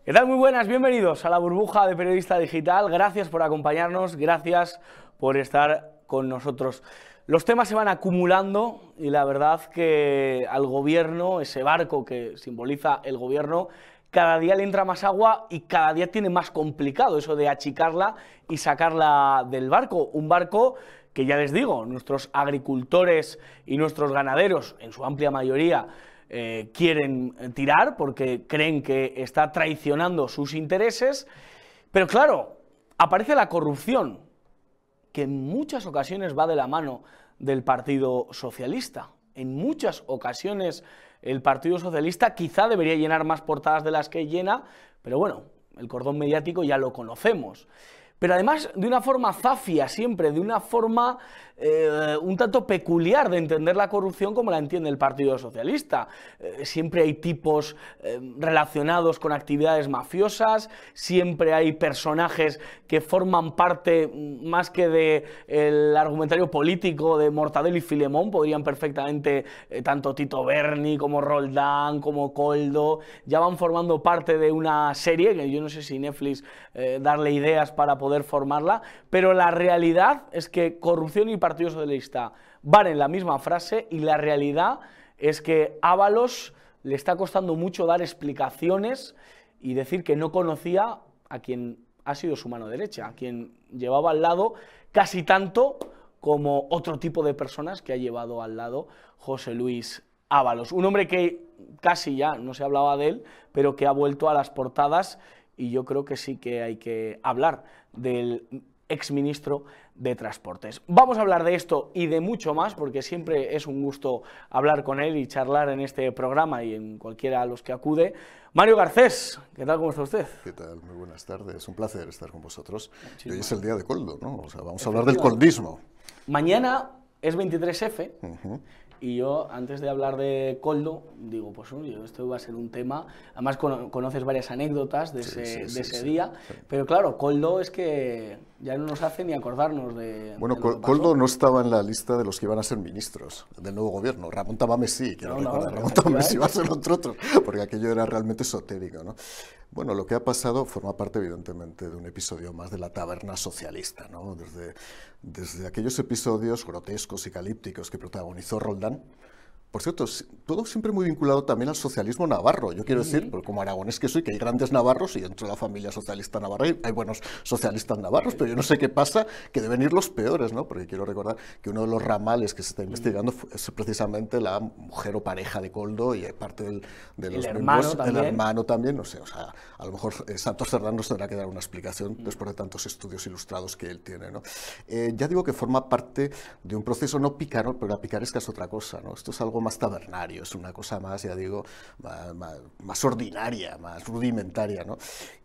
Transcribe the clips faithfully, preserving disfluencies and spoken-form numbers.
¿Qué tal? Muy buenas, bienvenidos a la burbuja de Periodista Digital. Gracias por acompañarnos, gracias por estar con nosotros. Los temas se van acumulando y la verdad que al gobierno, ese barco que simboliza el gobierno, cada día le entra más agua y cada día tiene más complicado eso de achicarla y sacarla del barco. Un barco que, ya les digo, nuestros agricultores y nuestros ganaderos, en su amplia mayoría, Eh, quieren tirar porque creen que está traicionando sus intereses, pero claro, aparece la corrupción, que en muchas ocasiones va de la mano del Partido Socialista. En muchas ocasiones el Partido Socialista quizá debería llenar más portadas de las que llena, pero bueno, el cordón mediático ya lo conocemos. Pero además de una forma zafia siempre, de una forma eh, un tanto peculiar de entender la corrupción como la entiende el Partido Socialista. Eh, siempre hay tipos eh, relacionados con actividades mafiosas, siempre hay personajes que forman parte más que del argumentario político de Mortadelo y Filemón, podrían perfectamente eh, tanto Tito Berni como Roldán, como Koldo, ya van formando parte de una serie, que yo no sé si Netflix eh, darle ideas para poder poder formarla, pero la realidad es que corrupción y Partido Socialista van en la misma frase y la realidad es que Ábalos le está costando mucho dar explicaciones y decir que no conocía a quien ha sido su mano derecha, a quien llevaba al lado casi tanto como otro tipo de personas que ha llevado al lado José Luis Ábalos, un hombre que casi ya no se hablaba de él, pero que ha vuelto a las portadas. Y yo creo que sí que hay que hablar del exministro de Transportes. Vamos a hablar de esto y de mucho más, porque siempre es un gusto hablar con él y charlar en este programa y en cualquiera de los que acude. Mario Garcés, ¿qué tal? ¿Cómo está usted? ¿Qué tal? Muy buenas tardes. Un placer estar con vosotros. Sí, y hoy bueno. es el día de Koldo, ¿no? O sea, vamos a hablar del coldismo. Mañana es veintitrés efe. Uh-huh. Y yo, antes de hablar de Koldo, digo, pues uy, esto va a ser un tema, además con, conoces varias anécdotas de ese, sí, sí, de ese sí, día, sí. Pero claro, Koldo es que ya no nos hace ni acordarnos de... Bueno, de lo que Koldo pasó. no estaba en la lista de los que iban a ser ministros del nuevo gobierno. Ramón Tamames sí, quiero No, no, recordar. no, Ramón Tamames iba a ser entre otros, porque aquello era realmente esotérico, ¿no? Bueno, lo que ha pasado forma parte, evidentemente, de un episodio más de la taberna socialista, ¿no? Desde, desde aquellos episodios grotescos y calípticos que protagonizó Roldán. Por cierto, todo siempre muy vinculado también al socialismo navarro. Yo quiero uh-huh. decir, como aragonés que soy, que hay grandes navarros y dentro de la familia socialista navarra hay, hay buenos socialistas navarros, pero yo no sé qué pasa, que deben ir los peores, ¿no? Porque quiero recordar que uno de los ramales que se está investigando uh-huh. es precisamente la mujer o pareja de Koldo y parte del, de los el miembros, hermano, el hermano también, no sé, o sea, a lo mejor eh, Santos Cerdán nos tendrá que dar una explicación uh-huh. después de tantos estudios ilustrados que él tiene, ¿no? Eh, ya digo que forma parte de un proceso no pícaro, pero la picaresca es otra cosa, ¿no? Esto es algo más tabernario, es una cosa más, ya digo, más, más, más ordinaria, más rudimentaria, ¿no?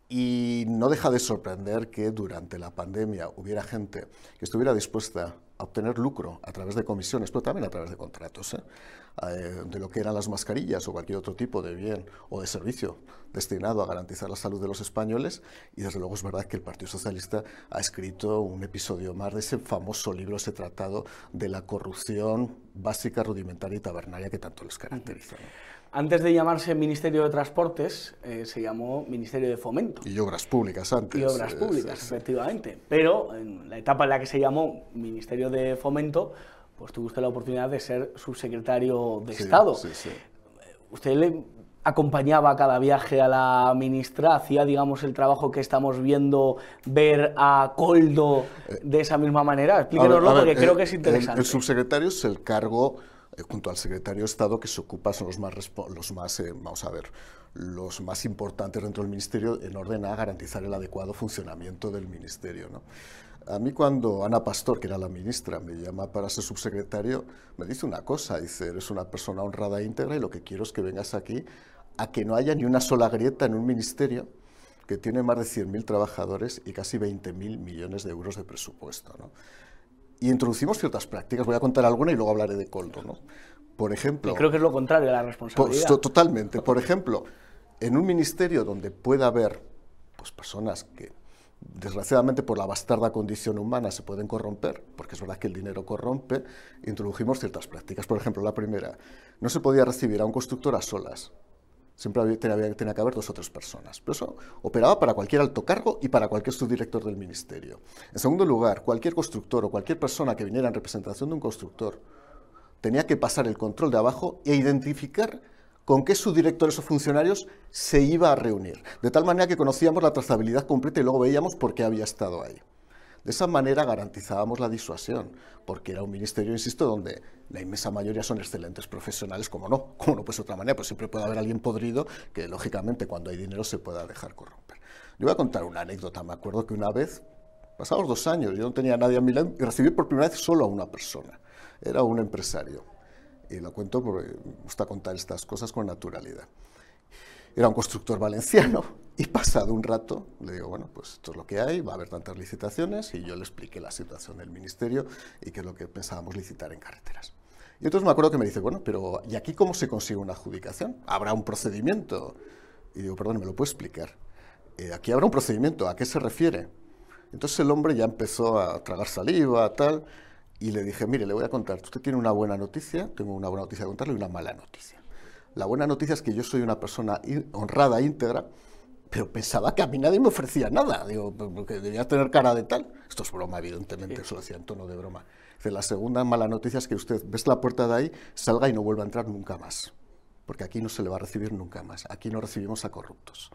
Y no deja de sorprender que durante la pandemia hubiera gente que estuviera dispuesta a obtener lucro a través de comisiones, pero también a través de contratos, ¿eh? Eh, de lo que eran las mascarillas o cualquier otro tipo de bien o de servicio destinado a garantizar la salud de los españoles. Y desde luego es verdad que el Partido Socialista ha escrito un episodio más de ese famoso libro, ese tratado de la corrupción básica, rudimentaria y tabernaria que tanto les caracteriza, ¿no? Antes de llamarse Ministerio de Transportes, eh, se llamó Ministerio de Fomento. Y Obras Públicas antes. Y Obras Públicas, sí, sí, efectivamente. Pero en la etapa en la que se llamó Ministerio de Fomento, pues tuvo usted la oportunidad de ser subsecretario de sí, Estado. Sí, sí. Usted le acompañaba a cada viaje a la ministra, hacía, digamos, el trabajo que estamos viendo, ver a Koldo de esa misma manera. Explíquenoslo, a ver, a ver, porque eh, creo que es interesante. El, el subsecretario es el cargo, eh, junto al secretario de Estado, que se ocupa, son los más, los más eh, vamos a ver, los más importantes dentro del ministerio en orden a garantizar el adecuado funcionamiento del ministerio, ¿no? A mí cuando Ana Pastor, que era la ministra, me llama para ser subsecretario, me dice una cosa, dice, eres una persona honrada e íntegra y lo que quiero es que vengas aquí a que no haya ni una sola grieta en un ministerio que tiene más de cien mil trabajadores y casi veinte mil millones de euros de presupuesto, ¿no? Y introducimos ciertas prácticas, voy a contar alguna y luego hablaré de Koldo, ¿no? Por ejemplo... Yo creo que es lo contrario de la responsabilidad. Pues, totalmente. Por ejemplo, en un ministerio donde pueda haber pues, personas que desgraciadamente por la bastarda condición humana se pueden corromper, porque es verdad que el dinero corrompe, introdujimos ciertas prácticas. Por ejemplo, la primera, no se podía recibir a un constructor a solas. Siempre había, tenía, tenía que haber dos o tres personas. Pero eso operaba para cualquier alto cargo y para cualquier subdirector del ministerio. En segundo lugar, cualquier constructor o cualquier persona que viniera en representación de un constructor tenía que pasar el control de abajo e identificar con qué subdirectores o funcionarios se iba a reunir. De tal manera que conocíamos la trazabilidad completa y luego veíamos por qué había estado ahí. De esa manera garantizábamos la disuasión, porque era un ministerio, insisto, donde la inmensa mayoría son excelentes profesionales, como no, como no pues de otra manera, pues siempre puede haber alguien podrido que, lógicamente, cuando hay dinero se pueda dejar corromper. Yo voy a contar una anécdota. Me acuerdo que una vez, pasados dos años, yo no tenía a nadie a mi lado y recibí por primera vez solo a una persona. Era un empresario. Y lo cuento porque me gusta contar estas cosas con naturalidad. Era un constructor valenciano y pasado un rato le digo, bueno, pues esto es lo que hay, va a haber tantas licitaciones, y yo le expliqué la situación del ministerio y qué es lo que pensábamos licitar en carreteras. Y entonces me acuerdo que me dice, bueno, pero ¿y aquí cómo se consigue una adjudicación? ¿Habrá un procedimiento? Y digo, perdón, ¿me lo puedo explicar? Eh, aquí habrá un procedimiento, ¿a qué se refiere? Entonces el hombre ya empezó a tragar saliva, tal, y le dije, mire, le voy a contar, usted tiene una buena noticia, tengo una buena noticia que contarle y una mala noticia. La buena noticia es que yo soy una persona honrada, íntegra, pero pensaba que a mí nadie me ofrecía nada, digo, porque debía tener cara de tal. Esto es broma, evidentemente, eso lo decía en tono de broma. Dice, la segunda mala noticia es que usted, ves la puerta de ahí, salga y no vuelva a entrar nunca más, porque aquí no se le va a recibir nunca más, aquí no recibimos a corruptos.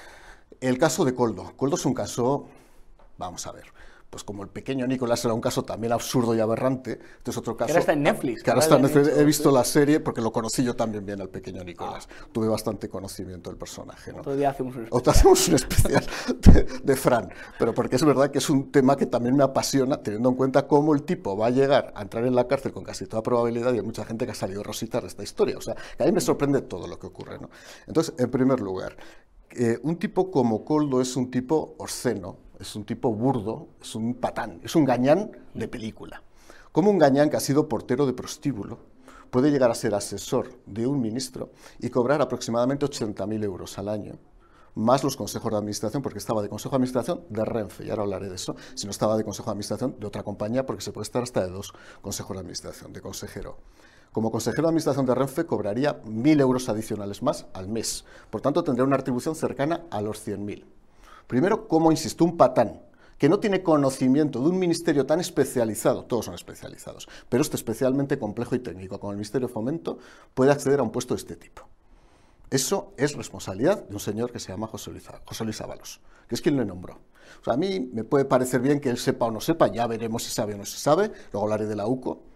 El caso de Koldo. Koldo es un caso, vamos a ver, pues como el pequeño Nicolás era un caso también absurdo y aberrante, este es otro caso... Que ahora está en Netflix. Que ahora está en Netflix. He visto la serie porque lo conocí yo también bien al pequeño Nicolás. Ah. Tuve bastante conocimiento del personaje, ¿no? Otro día hacemos un especial. Otro hacemos un especial de, de Fran, pero porque es verdad que es un tema que también me apasiona, teniendo en cuenta cómo el tipo va a llegar a entrar en la cárcel con casi toda probabilidad, y hay mucha gente que ha salido rositas de esta historia. O sea, que a mí me sorprende todo lo que ocurre, ¿no? Entonces, en primer lugar, eh, un tipo como Koldo es un tipo obsceno, es un tipo burdo, es un patán, es un gañán de película. Como un gañán que ha sido portero de prostíbulo puede llegar a ser asesor de un ministro y cobrar aproximadamente ochenta mil euros al año, más los consejos de administración, porque estaba de consejo de administración de Renfe, y ahora hablaré de eso, si no estaba de consejo de administración de otra compañía, porque se puede estar hasta de dos consejos de administración, de consejero. Como consejero de administración de Renfe cobraría mil euros adicionales más al mes, por tanto tendría una retribución cercana a los cien mil. Primero, como insisto, un patán que no tiene conocimiento de un ministerio tan especializado, todos son especializados, pero este especialmente complejo y técnico, como el Ministerio de Fomento, puede acceder a un puesto de este tipo. Eso es responsabilidad de un señor que se llama José Luis, José Luis Ábalos, que es quien le nombró. O sea, a mí me puede parecer bien que él sepa o no sepa, ya veremos si sabe o no se sabe, luego hablaré de la U C O,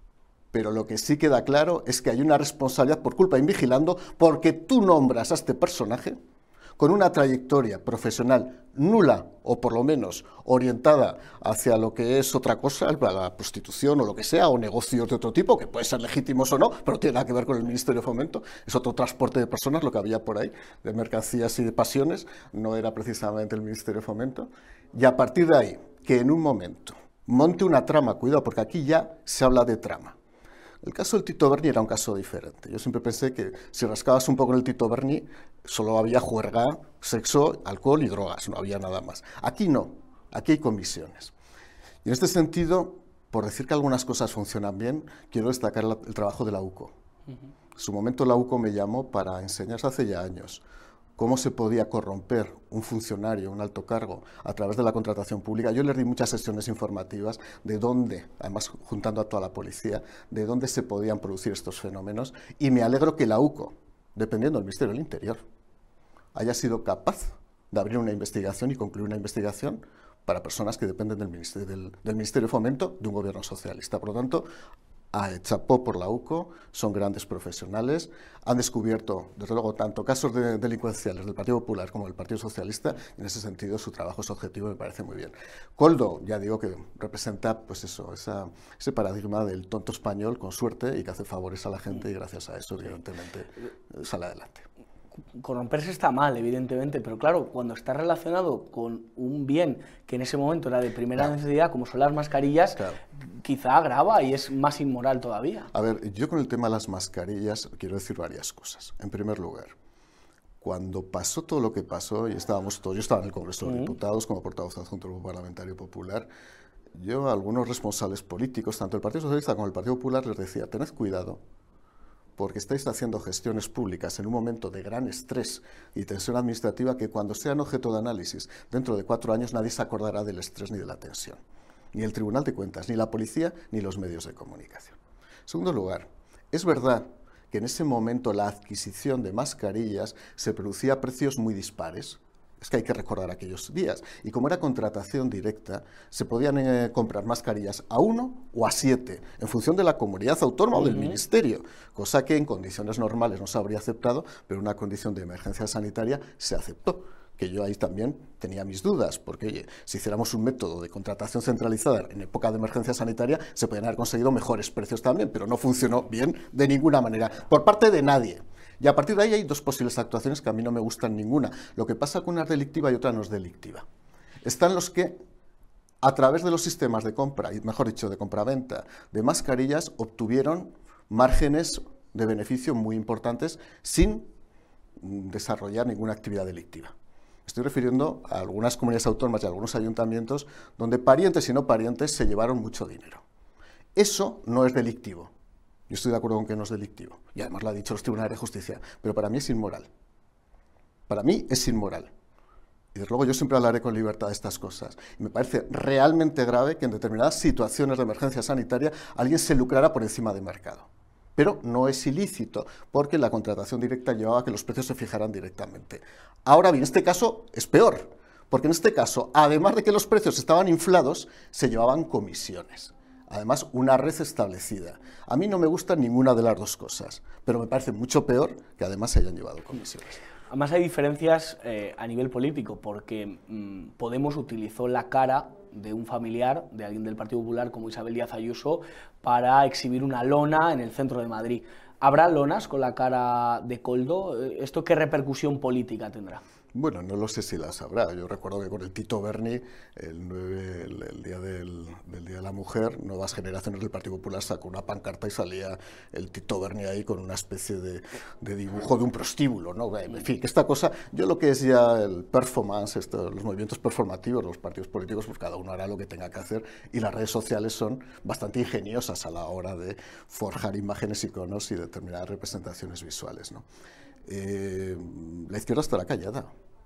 pero lo que sí queda claro es que hay una responsabilidad por culpa de invigilando, porque tú nombras a este personaje con una trayectoria profesional nula, o por lo menos orientada hacia lo que es otra cosa, la prostitución o lo que sea, o negocios de otro tipo, que pueden ser legítimos o no, pero no tiene nada que ver con el Ministerio de Fomento, es otro transporte de personas lo que había por ahí, de mercancías y de pasiones, no era precisamente el Ministerio de Fomento, y a partir de ahí, que en un momento monte una trama, cuidado, porque aquí ya se habla de trama. El caso del Tito Berni era un caso diferente. Yo siempre pensé que si rascabas un poco en el Tito Berni, solo había juerga, sexo, alcohol y drogas, no había nada más. Aquí no, aquí hay comisiones. Y en este sentido, por decir que algunas cosas funcionan bien, quiero destacar la, el trabajo de la U C O. Uh-huh. En su momento la U C O me llamó para enseñarse hace ya años cómo se podía corromper un funcionario, un alto cargo, a través de la contratación pública. Yo les di muchas sesiones informativas de dónde, además juntando a toda la policía, de dónde se podían producir estos fenómenos, y me alegro que la U C O, dependiendo del Ministerio del Interior, haya sido capaz de abrir una investigación y concluir una investigación para personas que dependen del Ministerio, del, del Ministerio de Fomento de un gobierno socialista. Por lo tanto, a chapó por la U C O, son grandes profesionales, han descubierto, desde luego, tanto casos de delincuenciales del Partido Popular como del Partido Socialista, y en ese sentido su trabajo es objetivo y me parece muy bien. Koldo, ya digo que representa pues eso, esa, ese paradigma del tonto español con suerte y que hace favores a la gente y gracias a eso, evidentemente, sale adelante. Corromperse está mal, evidentemente, pero claro, cuando está relacionado con un bien que en ese momento era de primera claro. necesidad, como son las mascarillas, claro. quizá agrava y es más inmoral todavía. A ver, yo con el tema de las mascarillas quiero decir varias cosas. En primer lugar, cuando pasó todo lo que pasó, y estábamos todos, yo estaba en el Congreso de los uh-huh. Diputados como portavoz adjunto del Grupo Parlamentario Popular, yo a algunos responsables políticos, tanto del Partido Socialista como del Partido Popular, les decía, tened cuidado, porque estáis haciendo gestiones públicas en un momento de gran estrés y tensión administrativa que cuando sean objeto de análisis dentro de cuatro años nadie se acordará del estrés ni de la tensión. Ni el Tribunal de Cuentas, ni la policía, ni los medios de comunicación. En segundo lugar, es verdad que en ese momento la adquisición de mascarillas se producía a precios muy dispares. Es que hay que recordar aquellos días. Y como era contratación directa, se podían eh, comprar mascarillas a uno o a siete, en función de la comunidad autónoma uh-huh. o del ministerio, cosa que en condiciones normales no se habría aceptado, pero en una condición de emergencia sanitaria se aceptó. Que yo ahí también tenía mis dudas, porque oye, si hiciéramos un método de contratación centralizada en época de emergencia sanitaria, se podrían haber conseguido mejores precios también, pero no funcionó bien de ninguna manera, por parte de nadie. Y a partir de ahí hay dos posibles actuaciones que a mí no me gustan ninguna. Lo que pasa con una es delictiva y otra no es delictiva. Están los que, a través de los sistemas de compra, y mejor dicho, de compraventa de mascarillas, obtuvieron márgenes de beneficio muy importantes sin desarrollar ninguna actividad delictiva. Estoy refiriendo a algunas comunidades autónomas y a algunos ayuntamientos donde parientes y no parientes se llevaron mucho dinero. Eso no es delictivo. Yo estoy de acuerdo con que no es delictivo, y además lo han dicho los tribunales de justicia, pero para mí es inmoral. Para mí es inmoral. Y desde luego yo siempre hablaré con libertad de estas cosas. Y me parece realmente grave que en determinadas situaciones de emergencia sanitaria alguien se lucrara por encima del mercado. Pero no es ilícito, porque la contratación directa llevaba a que los precios se fijaran directamente. Ahora bien, este caso es peor, porque en este caso, además de que los precios estaban inflados, se llevaban comisiones. Además, una red establecida. A mí no me gusta ninguna de las dos cosas, pero me parece mucho peor que además se hayan llevado comisiones. Además hay diferencias eh, a nivel político, porque mmm, Podemos utilizó la cara de un familiar, de alguien del Partido Popular como Isabel Díaz Ayuso, para exhibir una lona en el centro de Madrid. ¿Habrá lonas con la cara de Koldo? ¿Esto qué repercusión política tendrá? Bueno, no lo sé si las habrá. Yo recuerdo que con el Tito Berni, el, nueve, el, el día del, del Día de la Mujer, Nuevas Generaciones del Partido Popular sacó una pancarta y salía el Tito Berni ahí con una especie de, de dibujo de un prostíbulo, ¿no? En fin, que esta cosa, yo lo que es ya el performance, esto, los movimientos performativos, los partidos políticos, pues cada uno hará lo que tenga que hacer, y las redes sociales son bastante ingeniosas a la hora de forjar imágenes, iconos y determinadas representaciones visuales, ¿no? Eh, la izquierda estará callada.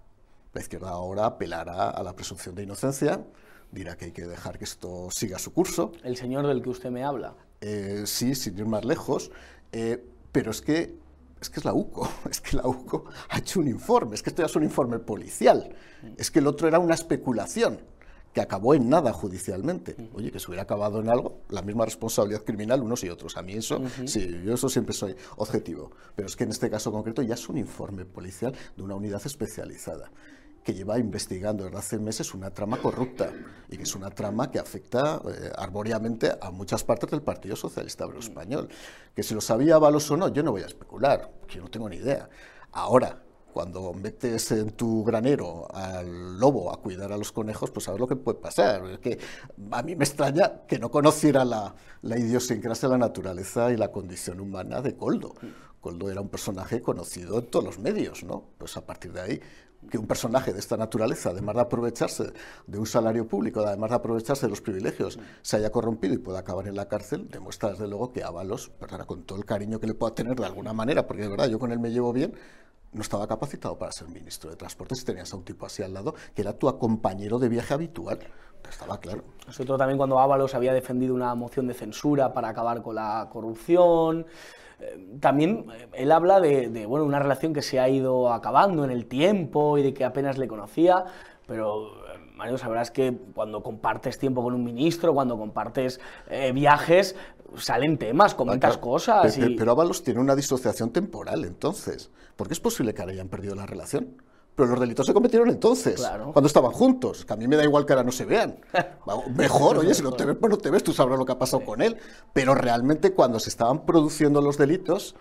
La izquierda ahora apelará a la presunción de inocencia, dirá que hay que dejar que esto siga su curso. ¿El señor del que usted me habla? Eh, sí, sin ir más lejos, eh, pero es que, es que es la UCO, es que la UCO ha hecho un informe, es que esto ya es un informe policial, es que el otro era una especulación que acabó en nada judicialmente. Oye, que se hubiera acabado en algo, la misma responsabilidad criminal unos y otros. A mí eso, uh-huh. sí, yo eso siempre soy objetivo. Pero es que en este caso concreto ya es un informe policial de una unidad especializada que lleva investigando desde hace meses una trama corrupta y que es una trama que afecta eh, arbóreamente a muchas partes del Partido Socialista Obrero Español. Que si lo sabía Ábalos o no, yo no voy a especular, que yo no tengo ni idea. Ahora, cuando metes en tu granero al lobo a cuidar a los conejos, pues sabes lo que puede pasar. Es que a mí me extraña que no conociera la, la idiosincrasia, la naturaleza y la condición humana de Koldo. Koldo era un personaje conocido en todos los medios, ¿no? Pues a partir de ahí, que un personaje de esta naturaleza, además de aprovecharse de un salario público, además de aprovecharse de los privilegios, se haya corrompido y pueda acabar en la cárcel, demuestra desde luego que Ábalos, perdona, con todo el cariño que le pueda tener de alguna manera, porque de verdad yo con él me llevo bien, no estaba capacitado para ser ministro de Transportes si tenías a un tipo así al lado, que era tu compañero de viaje habitual. Estaba claro. Sobre todo también cuando Ábalos había defendido una moción de censura para acabar con la corrupción. Eh, también él habla de, de bueno, una relación que se ha ido acabando en el tiempo y de que apenas le conocía, pero Mario, sabrás que cuando compartes tiempo con un ministro, cuando compartes eh, viajes, salen temas, comentas ah, claro. cosas. Pero, y... pero Ábalos tiene una disociación temporal, entonces. ¿Por qué es posible que ahora hayan perdido la relación? Pero los delitos se cometieron entonces, claro. cuando estaban juntos. Que a mí me da igual que ahora no se vean. Mejor, oye, si no te ves, pues no te ves, tú sabrás lo que ha pasado sí. con él. Pero realmente cuando se estaban produciendo los delitos,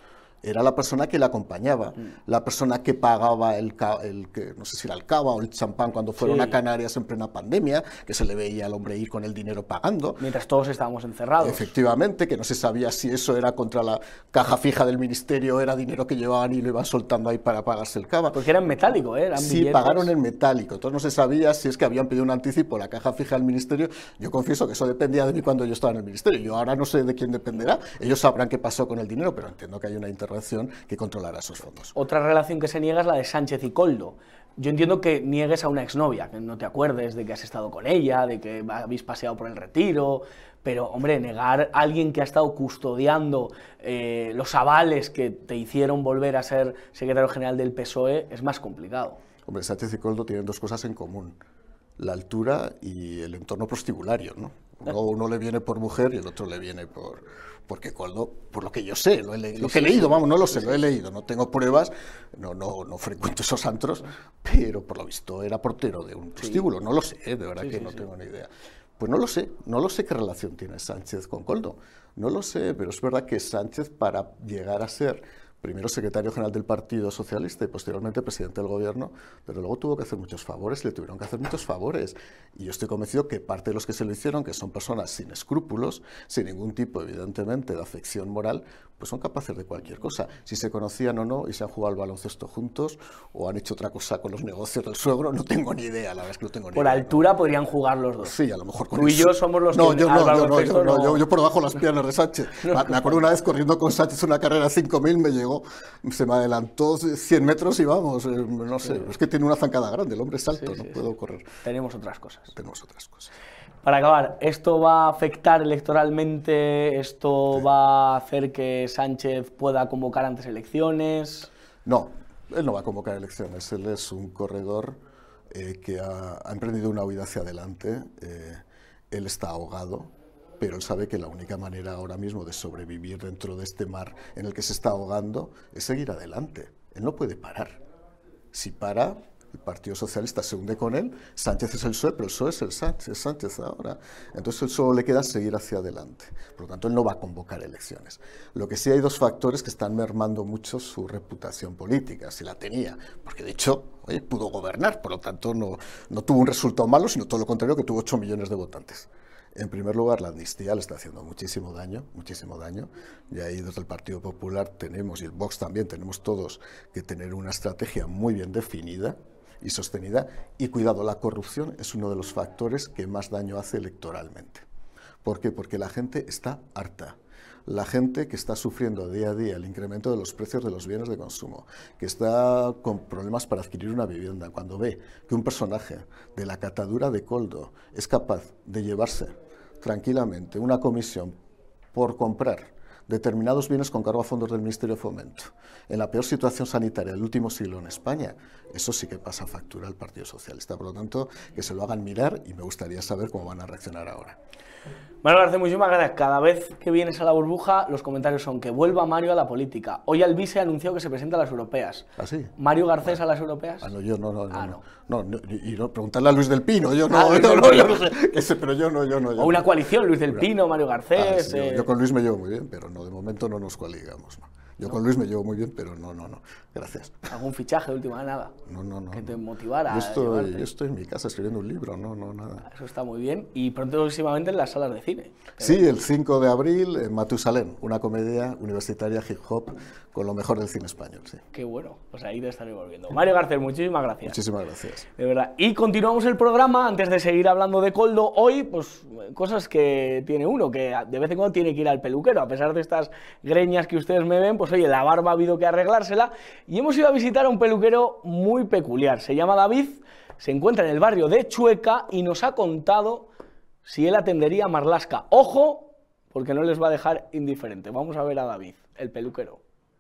era la persona que le acompañaba, mm. la persona que pagaba el, el que no sé si era el cava o el champán cuando fueron sí. a Canarias en plena pandemia, que se le veía al hombre ir con el dinero pagando. Mientras todos estábamos encerrados. Efectivamente, que no se sabía si eso era contra la caja fija del ministerio, era dinero que llevaban y lo iban soltando ahí para pagarse el cava. Porque era en metálico, ¿eh? Eran sí, billetes. Pagaron en metálico, entonces no se sabía si es que habían pedido un anticipo la caja fija del ministerio. Yo confieso que eso dependía de mí cuando yo estaba en el ministerio, yo ahora no sé de quién dependerá, ellos sabrán qué pasó con el dinero, pero entiendo que hay una intervención que controlará esos fondos. Otra relación que se niega es la de Sánchez y Koldo. Yo entiendo que niegues a una exnovia, que no te acuerdes de que has estado con ella, de que habéis paseado por el Retiro, pero, hombre, negar a alguien que ha estado custodiando eh, los avales que te hicieron volver a ser secretario general del P S O E es más complicado. Hombre, Sánchez y Koldo tienen dos cosas en común, la altura y el entorno prostibulario, ¿no? Uno, uno le viene por mujer y el otro le viene por... Porque Koldo, por lo que yo sé, lo, he, le, lo que he leído, vamos, no lo sé, lo he leído, no tengo pruebas, no, no, no frecuento esos antros, pero por lo visto era portero de un prostíbulo, no lo sé, ¿eh? De verdad sí, que sí, no sí. tengo ni idea. Pues no lo sé, no lo sé qué relación tiene Sánchez con Koldo, no lo sé, pero es verdad que Sánchez, para llegar a ser primero secretario general del Partido Socialista y posteriormente presidente del gobierno, pero luego tuvo que hacer muchos favores, le tuvieron que hacer muchos favores, y yo estoy convencido que parte de los que se lo hicieron, que son personas sin escrúpulos, sin ningún tipo, evidentemente, de afección moral, pues son capaces de cualquier cosa, si se conocían o no, y se han jugado al baloncesto juntos, o han hecho otra cosa con los negocios del suegro, no tengo ni idea, la verdad es que no tengo ni por idea. Por altura ¿no? Podrían jugar los dos. Sí, a lo mejor con Tú y eso. yo somos los no, que yo no, al yo no, yo, no, no... yo, yo por debajo de las piernas de Sánchez. No, me, me acuerdo una vez corriendo con Sánchez una carrera de cinco mil, me llegó, se me adelantó cien metros y vamos, eh, no sé, sí. es que tiene una zancada grande, el hombre es alto, sí, sí, no sí, puedo sí. correr. Tenemos otras cosas. Tenemos otras cosas. Para acabar, ¿esto va a afectar electoralmente? ¿Esto sí. va a hacer que Sánchez pueda convocar antes elecciones? No, él no va a convocar elecciones, él es un corredor eh, que ha, ha emprendido una huida hacia adelante, eh, él está ahogado, pero él sabe que la única manera ahora mismo de sobrevivir dentro de este mar en el que se está ahogando es seguir adelante, él no puede parar, si para... El Partido Socialista se hunde con él, Sánchez es el P S O E, pero el P S O E es el Sánchez, Sánchez ahora. Entonces él solo le queda seguir hacia adelante. Por lo tanto, él no va a convocar elecciones. Lo que sí hay dos factores que están mermando mucho su reputación política, si la tenía, porque de hecho, oye, pudo gobernar, por lo tanto no, no tuvo un resultado malo, sino todo lo contrario, que tuvo ocho millones de votantes. En primer lugar, la amnistía le está haciendo muchísimo daño, muchísimo daño, y ahí desde el Partido Popular tenemos, y el Vox también, tenemos todos que tener una estrategia muy bien definida y sostenida, y cuidado, la corrupción es uno de los factores que más daño hace electoralmente. ¿Por qué? Porque la gente está harta. La gente que está sufriendo día a día el incremento de los precios de los bienes de consumo, que está con problemas para adquirir una vivienda, cuando ve que un personaje de la catadura de Koldo es capaz de llevarse tranquilamente una comisión por comprar determinados bienes con cargo a fondos del Ministerio de Fomento, en la peor situación sanitaria del último siglo en España, eso sí que pasa factura al Partido Socialista. Por lo tanto, que se lo hagan mirar y me gustaría saber cómo van a reaccionar ahora. Manuel Garcés, muchísimas gracias. Cada vez que vienes a La Burbuja, los comentarios son que vuelva Mario a la política. Hoy Alvise anunció que se presenta a las europeas. ¿Ah, sí? ¿Mario Garcés bueno. a las europeas? Ah, no, yo no, no, ah, no. no. no, no y no, preguntarle a Luis del Pino, yo no, ah, no, no, yo no sé, ese, pero yo no, yo no. Yo o una no. coalición, Luis del Pino, Mario Garcés. Ah, sí, eh... yo, yo con Luis me llevo muy bien, pero no, de momento no nos coaligamos, ¿no? Yo no. con Luis me llevo muy bien, pero no, no, no. Gracias. ¿Algún fichaje de última nada? No, no, no. Que te motivara. Yo estoy, yo estoy en mi casa escribiendo un libro, no, no, nada. Eso está muy bien. Y pronto, próximamente, en las salas de cine. Sí, el cinco de abril en Matusalén, una comedia universitaria hip hop con lo mejor del cine español, sí. Qué bueno. Pues ahí te estaremos viendo. Mario Garcés, muchísimas gracias. Muchísimas gracias. De verdad. Y continuamos el programa, antes de seguir hablando de Koldo. Hoy, pues, cosas que tiene uno, que de vez en cuando tiene que ir al peluquero. A pesar de estas greñas que ustedes me ven, pues oye, la barba ha habido que arreglársela. Y hemos ido a visitar a un peluquero muy peculiar. Se llama David, se encuentra en el barrio de Chueca y nos ha contado si él atendería a Marlaska. ¡Ojo! Porque no les va a dejar indiferente. Vamos a ver a David, el peluquero.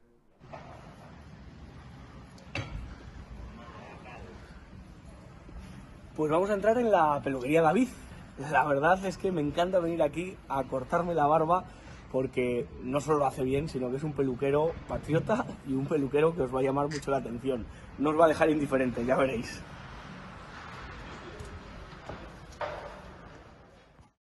Pues vamos a entrar en la peluquería David. La verdad es que me encanta venir aquí a cortarme la barba porque no solo lo hace bien, sino que es un peluquero patriota y un peluquero que os va a llamar mucho la atención. No os va a dejar indiferente, ya veréis. Pues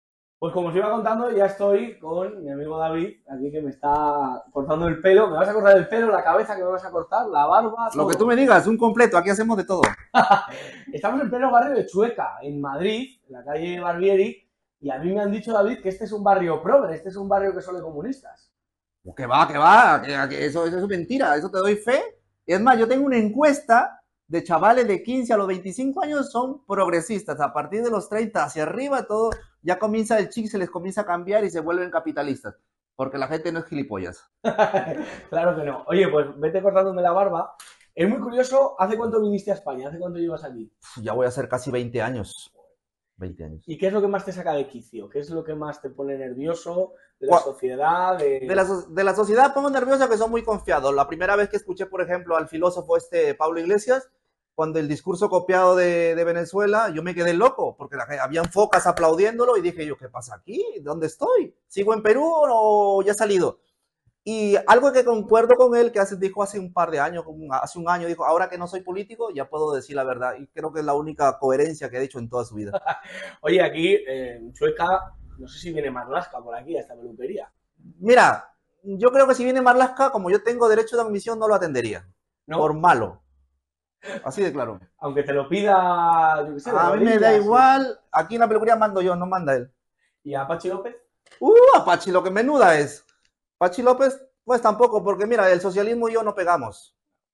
Pues como os iba contando, ya estoy con mi amigo David, aquí que me está cortando el pelo. ¿Me vas a cortar el pelo, la cabeza que me vas a cortar, la barba? Lo todo? que tú me digas, un completo, aquí hacemos de todo. Estamos en pleno barrio de Chueca, en Madrid, en la calle Barbieri, y a mí me han dicho, David, que este es un barrio progre, este es un barrio que son de comunistas. Que va, que va, que, que eso, eso es mentira, eso te doy fe. Y es más, yo tengo una encuesta de chavales de quince a los veinticinco años son progresistas. A partir de los treinta hacia arriba, todo ya comienza el chip, se les comienza a cambiar y se vuelven capitalistas. Porque la gente no es gilipollas. Claro que no. Oye, pues vete cortándome la barba. Es muy curioso, ¿hace cuánto viniste a España? ¿Hace cuánto llevas aquí? Ya voy a hacer casi veinte años. veinte años. ¿Y qué es lo que más te saca de quicio? ¿Qué es lo que más te pone nervioso de la sociedad? De... De, la, de la sociedad pongo nervioso que son muy confiados. La primera vez que escuché, por ejemplo, al filósofo este Pablo Iglesias, cuando el discurso copiado de, de Venezuela, yo me quedé loco, porque la, habían focas aplaudiéndolo y dije yo, ¿qué pasa aquí? ¿Dónde estoy? ¿Sigo en Perú o ya he salido? Y algo que concuerdo con él, que hace, dijo hace un par de años, hace un año, dijo, ahora que no soy político, ya puedo decir la verdad. Y creo que es la única coherencia que ha dicho en toda su vida. Oye, aquí eh, en Chueca, no sé si viene Marlaska por aquí, a esta peluquería. Mira, yo creo que si viene Marlaska, como yo tengo derecho de admisión, no lo atendería. ¿No? Por malo. Así de claro. Aunque te lo pida, yo qué sé. A mí me da igual. Aquí en la peluquería mando yo, no manda él. ¿Y a Pachi López? Uh, a Pachi lo que menuda es. Pachi López, pues tampoco, porque mira, el socialismo y yo no pegamos.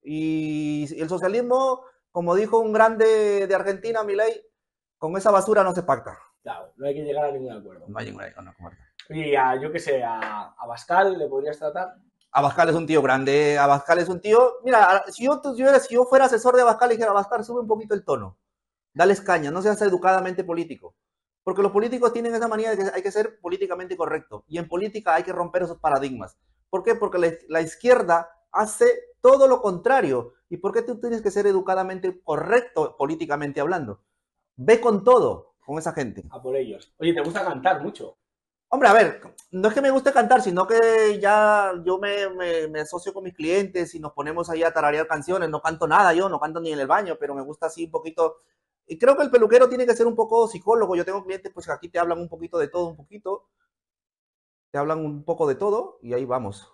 Y el socialismo, como dijo un grande de Argentina, Milei, con esa basura no se pacta. Claro, no hay que llegar a ningún acuerdo. No hay ningún acuerdo. Y a, yo qué sé, a Abascal le podrías tratar. Abascal es un tío grande, Abascal es un tío... Mira, si yo, si yo fuera asesor de Abascal, le dijera, Abascal, sube un poquito el tono. Dale caña, no seas educadamente político. Porque los políticos tienen esa manía de que hay que ser políticamente correcto. Y en política hay que romper esos paradigmas. ¿Por qué? Porque la, la izquierda hace todo lo contrario. ¿Y por qué tú tienes que ser educadamente correcto políticamente hablando? Ve con todo, con esa gente. A por ellos. Oye, ¿te gusta cantar mucho? Hombre, a ver, no es que me guste cantar, sino que ya yo me, me, me asocio con mis clientes y nos ponemos ahí a tararear canciones. No canto nada yo, no canto ni en el baño, pero me gusta así un poquito. Y creo que el peluquero tiene que ser un poco psicólogo. Yo tengo clientes pues que aquí te hablan un poquito de todo, un poquito. Te hablan un poco de todo y ahí vamos.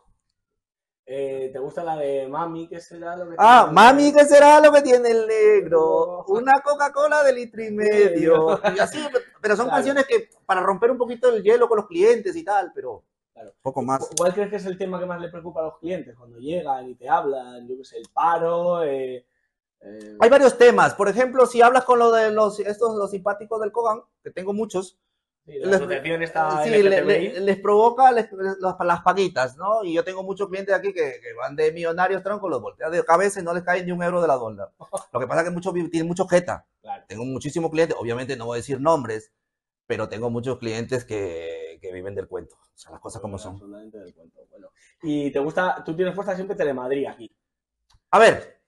Eh, ¿Te gusta la de Mami? ¿Qué será lo que Ah, tiene Mami, ¿qué será lo que tiene el negro? Una Coca-Cola de litro y medio. Y así, pero son claro. canciones que para romper un poquito el hielo con los clientes y tal, pero claro. poco más. ¿Cuál crees que es el tema que más le preocupa a los clientes cuando llegan y te hablan? Yo qué sé, el paro. Eh, eh... Hay varios temas. Por ejemplo, si hablas con lo de los estos los simpáticos del Kogan, que tengo muchos. Sí, la asociación está sí, le, le, les provoca les, las, las paguitas, ¿no? Y yo tengo muchos clientes aquí que, que van de millonarios, tronco, los voltean de cabeza y no les cae ni un euro de la dólar. Lo que pasa es que muchos tienen mucho jeta. Claro. Tengo muchísimos clientes, obviamente no voy a decir nombres, pero tengo muchos clientes que, que viven del cuento. O sea, las cosas como son. Absolutamente del cuento. Bueno. Y te gusta, tú tienes puesta siempre Telemadrid aquí. A ver,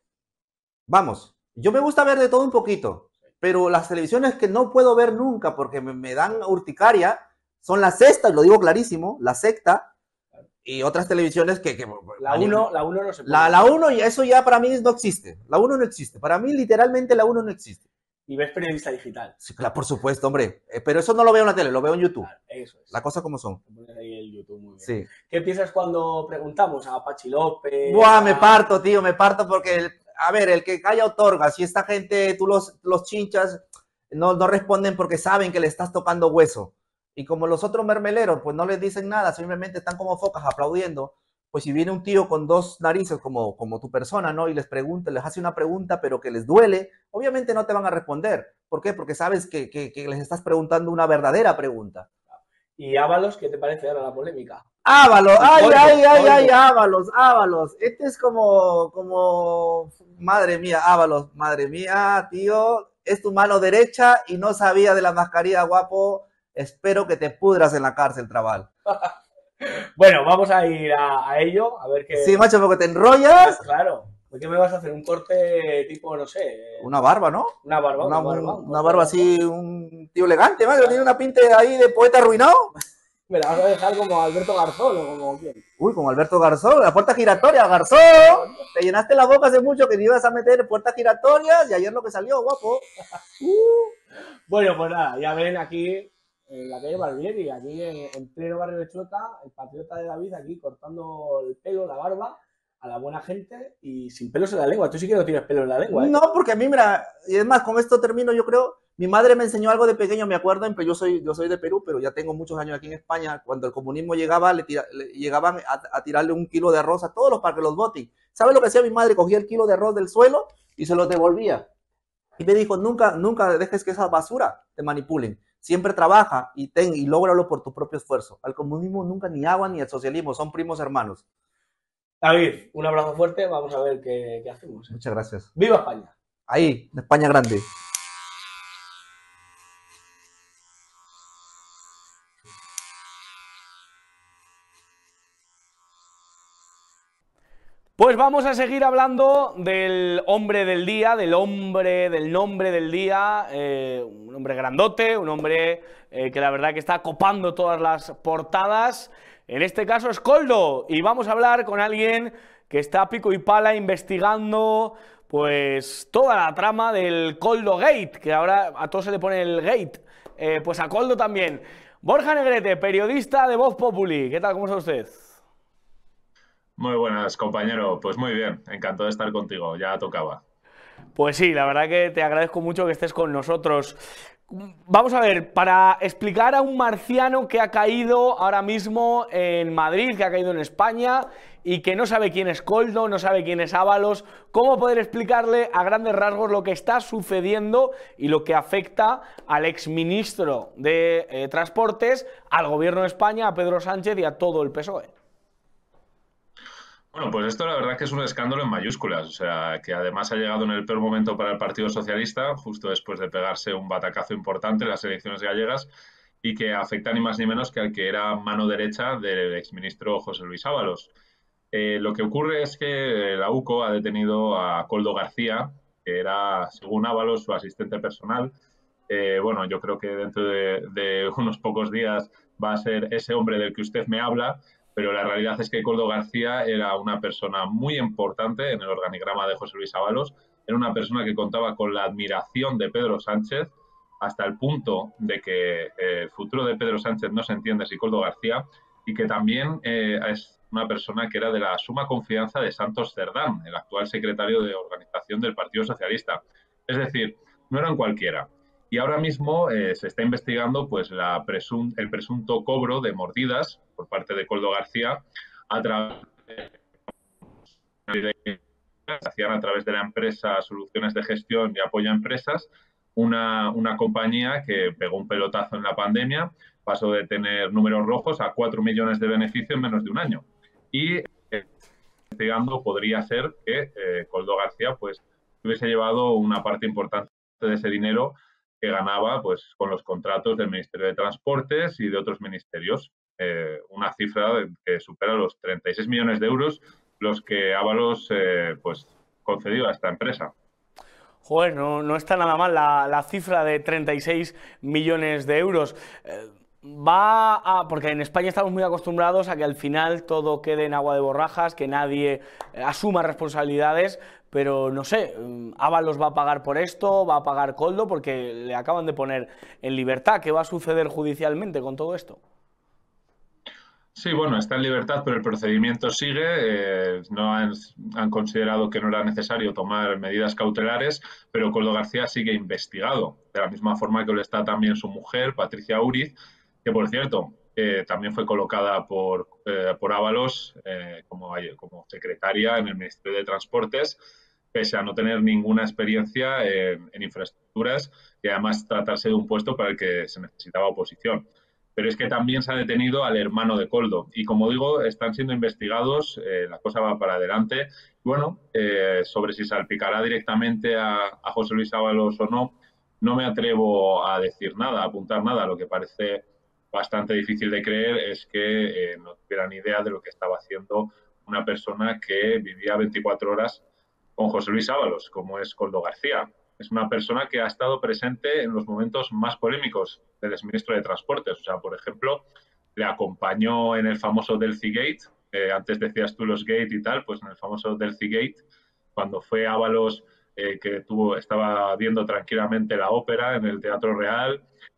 vamos. Yo me gusta ver de todo un poquito. Pero las televisiones que no puedo ver nunca porque me, me dan urticaria son la Sexta, y lo digo clarísimo, la Sexta, y otras televisiones que... que la uno la uno no se puede. La, la uno, y eso ya para mí no existe. La uno no existe. Para mí, literalmente, la uno no existe. ¿Y ves periodista digital? Sí, claro, por supuesto, hombre. Eh, pero eso no lo veo en la tele, lo veo en YouTube. Claro, eso es. Las cosas como son. Ahí el YouTube, muy bien. Sí. ¿Qué piensas cuando preguntamos a Pachi López? Buah, a... me parto, tío, me parto porque... El, a ver, el que calla otorga. Si esta gente, tú los, los chinchas... No, no responden porque saben que le estás tocando hueso. Y como los otros mermeleros, pues no les dicen nada, simplemente están como focas aplaudiendo. Pues si viene un tío con dos narices como, como tu persona, ¿no? Y les pregunta, les hace una pregunta, pero que les duele, obviamente no te van a responder. ¿Por qué? Porque sabes que, que, que les estás preguntando una verdadera pregunta. ¿Y Ábalos, qué te parece ahora la polémica? Ábalos, ay, oigo, ay, ay, oigo. ay, Ábalos, Ábalos. Este es como, como, madre mía, Ábalos, madre mía, tío. Es tu mano derecha y no sabía de la mascarilla, guapo. Espero que te pudras en la cárcel, traval. Bueno, vamos a ir a, a ello, a ver qué... Sí, macho, porque te enrollas. Claro. ¿Por qué me vas a hacer un corte tipo, no sé... Una barba, ¿no? Una barba, una, una barba. Un, una barba así, un tío elegante, macho. Tiene una pinta ahí de poeta arruinado. Me la vas a dejar como Alberto Garzón o como quién. Uy, como Alberto Garzón, la puerta giratoria, Garzón. Te llenaste la boca hace mucho que te ibas a meter puertas giratorias y ayer lo que salió, guapo. uh. Bueno, pues nada, ya ven aquí en la calle Barbieri, aquí en, en pleno barrio de Chueca, el patriota de David aquí cortando el pelo, la barba, a la buena gente y sin pelos en la lengua. Tú sí que no tienes pelo en la lengua, ¿eh? No, porque a mí, mira, y es más, con esto termino, yo creo. Mi madre me enseñó algo de pequeño, me acuerdo, pero yo soy, yo soy de Perú, pero ya tengo muchos años aquí en España. Cuando el comunismo llegaba, le, tira, le llegaban a, a, tirarle un kilo de arroz a todos los para que los voten. ¿Sabes lo que hacía mi madre? Cogía el kilo de arroz del suelo y se lo devolvía. Y me dijo, nunca, nunca dejes que esa basura te manipulen. Siempre trabaja y ten y lógralo por tu propio esfuerzo. Al comunismo nunca ni agua ni al socialismo, son primos hermanos. David, un abrazo fuerte, vamos a ver qué, qué hacemos. ¿eh? Muchas gracias. ¡Viva España! Ahí, España grande. Pues vamos a seguir hablando del hombre del día, del hombre, del nombre del día, eh, un hombre grandote, un hombre eh, que la verdad que está copando todas las portadas, en este caso es Koldo, y vamos a hablar con alguien que está a pico y pala investigando pues toda la trama del Koldo Gate, que ahora a todos se le pone el Gate, eh, pues a Koldo también. Borja Negrete, periodista de Voz Populi, ¿qué tal? ¿Cómo está usted? Muy buenas, compañero. Pues muy bien, encantado de estar contigo, ya tocaba. Pues sí, la verdad que te agradezco mucho que estés con nosotros. Vamos a ver, para explicar a un marciano que ha caído ahora mismo en Madrid, que ha caído en España y que no sabe quién es Koldo, no sabe quién es Ábalos, ¿cómo poder explicarle a grandes rasgos lo que está sucediendo y lo que afecta al exministro de eh, Transportes, al gobierno de España, a Pedro Sánchez y a todo el P S O E? Bueno, pues esto la verdad que es un escándalo en mayúsculas, o sea, que además ha llegado en el peor momento para el Partido Socialista, justo después de pegarse un batacazo importante en las elecciones gallegas, y que afecta ni más ni menos que al que era mano derecha del exministro José Luis Ábalos. Eh, lo que ocurre es que la U C O ha detenido a Koldo García, que era, según Ábalos, su asistente personal. Eh, bueno, yo creo que dentro de, de unos pocos días va a ser ese hombre del que usted me habla, pero la realidad es que Koldo García era una persona muy importante en el organigrama de José Luis Ábalos, era una persona que contaba con la admiración de Pedro Sánchez, hasta el punto de que eh, el futuro de Pedro Sánchez no se entiende sin Koldo García, y que también eh, es una persona que era de la suma confianza de Santos Cerdán, el actual secretario de organización del Partido Socialista. Es decir, no eran cualquiera. Y ahora mismo eh, se está investigando pues, la presun el presunto cobro de mordidas por parte de Koldo García a través de, hacían a través de la empresa Soluciones de Gestión y Apoyo a Empresas, una, una compañía que pegó un pelotazo en la pandemia, pasó de tener números rojos a cuatro millones de beneficio en menos de un año. Y eh, investigando podría ser que eh, Koldo García pues, hubiese llevado una parte importante de ese dinero que ganaba pues, con los contratos del Ministerio de Transportes y de otros ministerios. Eh, una cifra que supera los treinta y seis millones de euros los que Ábalos eh, pues, concedió a esta empresa. Joder, no, no está nada mal la, la cifra de treinta y seis millones de euros. Eh, va a, porque en España estamos muy acostumbrados a que al final todo quede en agua de borrajas, que nadie asuma responsabilidades, pero no sé, Ábalos va a pagar por esto, va a pagar Koldo, porque le acaban de poner en libertad. ¿Qué va a suceder judicialmente con todo esto? Sí, bueno, está en libertad, pero el procedimiento sigue. Eh, no han, han considerado que no era necesario tomar medidas cautelares, pero Koldo García sigue investigado, de la misma forma que lo está también su mujer, Patricia Uriz, que por cierto, eh, también fue colocada por, eh, por Ábalos eh, como, como secretaria en el Ministerio de Transportes, pese a no tener ninguna experiencia en, en infraestructuras y además tratarse de un puesto para el que se necesitaba oposición. Pero es que también se ha detenido al hermano de Koldo y, como digo, están siendo investigados, eh, la cosa va para adelante. Bueno, eh, sobre si salpicará directamente a, a José Luis Ábalos o no, no me atrevo a decir nada, a apuntar nada. Lo que parece bastante difícil de creer es que eh, no tuvieran idea de lo que estaba haciendo una persona que vivía veinticuatro horas con José Luis Ábalos, como es Koldo García. Es una persona que ha estado presente en los momentos más polémicos del exministro de Transportes. O sea, por ejemplo, le acompañó en el famoso Delphi Gate, eh, antes decías tú los Gate y tal, pues en el famoso Delphi Gate, cuando fue Ábalos, eh, que tuvo, estaba viendo tranquilamente la ópera en el Teatro Real,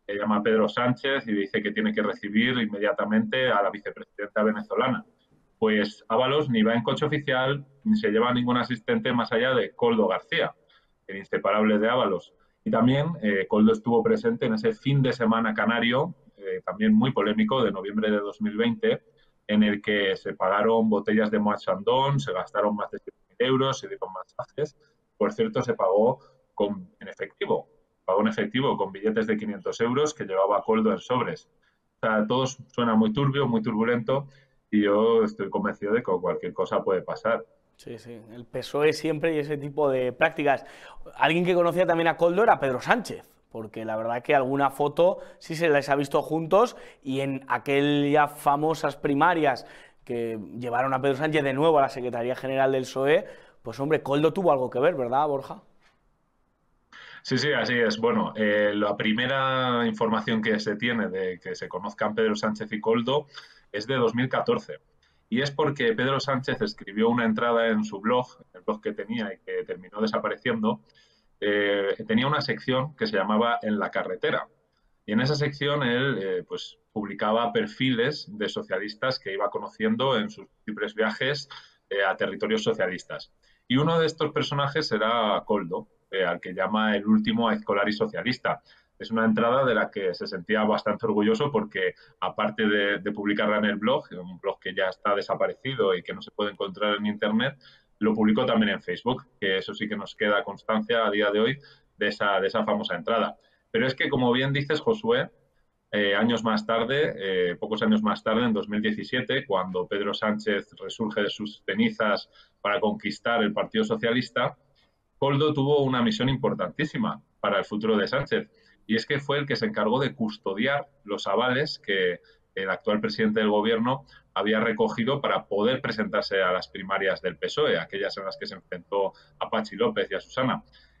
le llama a Pedro Sánchez y dice que tiene que recibir inmediatamente a la vicepresidenta venezolana. Pues Ábalos ni va en coche oficial ni se lleva a ningún asistente más allá de Koldo García, el inseparable de Ábalos. Y también eh, Koldo estuvo presente en ese fin de semana canario, eh, también muy polémico, de noviembre de dos mil veinte, en el que se pagaron botellas de Moët Chandon, se gastaron más de siete mil euros, se dieron masajes. Por cierto, se pagó con, en efectivo, pagó en efectivo con billetes de quinientos euros que llevaba Koldo en sobres. O sea, todo suena muy turbio, muy turbulento, y yo estoy convencido de que cualquier cosa puede pasar. Sí, sí, el P S O E siempre y ese tipo de prácticas. Alguien que conocía también a Koldo era Pedro Sánchez, porque la verdad que alguna foto sí se les ha visto juntos, y en aquellas famosas primarias que llevaron a Pedro Sánchez de nuevo a la Secretaría General del P S O E, pues hombre, Koldo tuvo algo que ver, ¿verdad, Borja? Sí, sí, así es. Bueno, eh, la primera información que se tiene de que se conozcan Pedro Sánchez y Koldo es de dos mil catorce. Y es porque Pedro Sánchez escribió una entrada en su blog, el blog que tenía y que terminó desapareciendo. Eh, tenía una sección que se llamaba En la carretera. Y en esa sección él eh, pues, publicaba perfiles de socialistas que iba conociendo en sus múltiples viajes eh, a territorios socialistas. Y uno de estos personajes era Koldo, eh, al que llama el último aizkolari socialista. Es una entrada de la que se sentía bastante orgulloso porque, aparte de, de publicarla en el blog, un blog que ya está desaparecido y que no se puede encontrar en Internet, lo publicó también en Facebook, que eso sí que nos queda constancia a día de hoy de esa, de esa famosa entrada. Pero es que, como bien dices, Josué, eh, años más tarde, eh, pocos años más tarde, en dos mil diecisiete, cuando Pedro Sánchez resurge de sus cenizas para conquistar el Partido Socialista, Koldo tuvo una misión importantísima para el futuro de Sánchez. Y es que fue el que se encargó de custodiar los avales que el actual presidente del gobierno había recogido para poder presentarse a las primarias del P S O E, aquellas en las que se enfrentó a Patxi López y a Susana.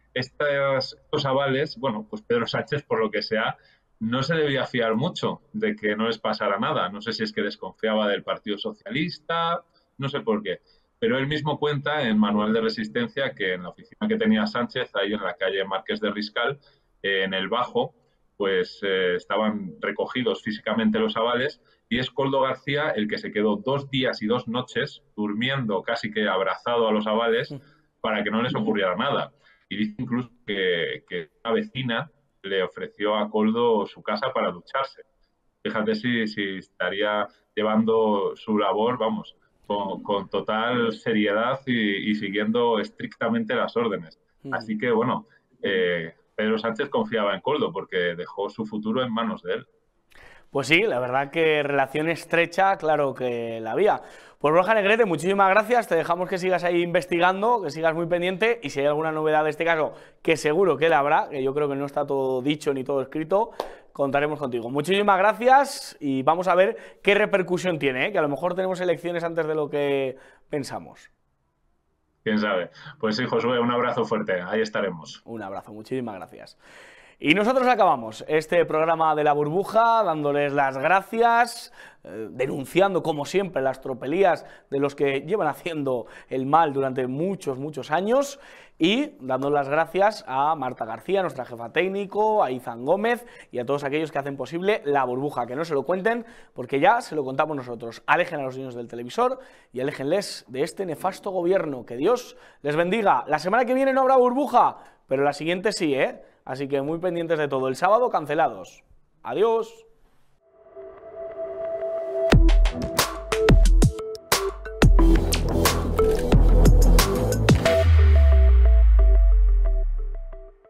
Estos, estos avales, bueno, pues Pedro Sánchez, por lo que sea, no se debía fiar mucho de que no les pasara nada. No sé si es que desconfiaba del Partido Socialista, no sé por qué. Pero él mismo cuenta en Manual de Resistencia que en la oficina que tenía Sánchez, ahí en la calle Marqués de Riscal, en el Bajo, pues eh, estaban recogidos físicamente los avales, y es Koldo García el que se quedó dos días y dos noches durmiendo casi que abrazado a los avales para que no les ocurriera nada. Y dice incluso que, que una vecina le ofreció a Koldo su casa para ducharse. Fíjate si, si estaría llevando su labor, vamos, con, con total seriedad y, y siguiendo estrictamente las órdenes. Así que, bueno, eh, Pedro Sánchez confiaba en Koldo porque dejó su futuro en manos de él. Pues sí, la verdad que relación estrecha, claro que la había. Pues Borja Negrete, muchísimas gracias, te dejamos que sigas ahí investigando, que sigas muy pendiente, y si hay alguna novedad de este caso, que seguro que la habrá, que yo creo que no está todo dicho ni todo escrito, contaremos contigo. Muchísimas gracias y vamos a ver qué repercusión tiene, ¿eh? Que a lo mejor tenemos elecciones antes de lo que pensamos. Quién sabe. Pues sí, Josué, un abrazo fuerte. Ahí estaremos. Un abrazo, muchísimas gracias. Y nosotros acabamos este programa de La Burbuja dándoles las gracias, eh, denunciando como siempre las tropelías de los que llevan haciendo el mal durante muchos, muchos años, y dando las gracias a Marta García, nuestra jefa técnico, a Izan Gómez y a todos aquellos que hacen posible La Burbuja. Que no se lo cuenten porque ya se lo contamos nosotros. Alejen a los niños del televisor y aléjenles de este nefasto gobierno. Que Dios les bendiga. La semana que viene no habrá burbuja, pero la siguiente sí, ¿eh? Así que muy pendientes de todo. El sábado cancelados. Adiós.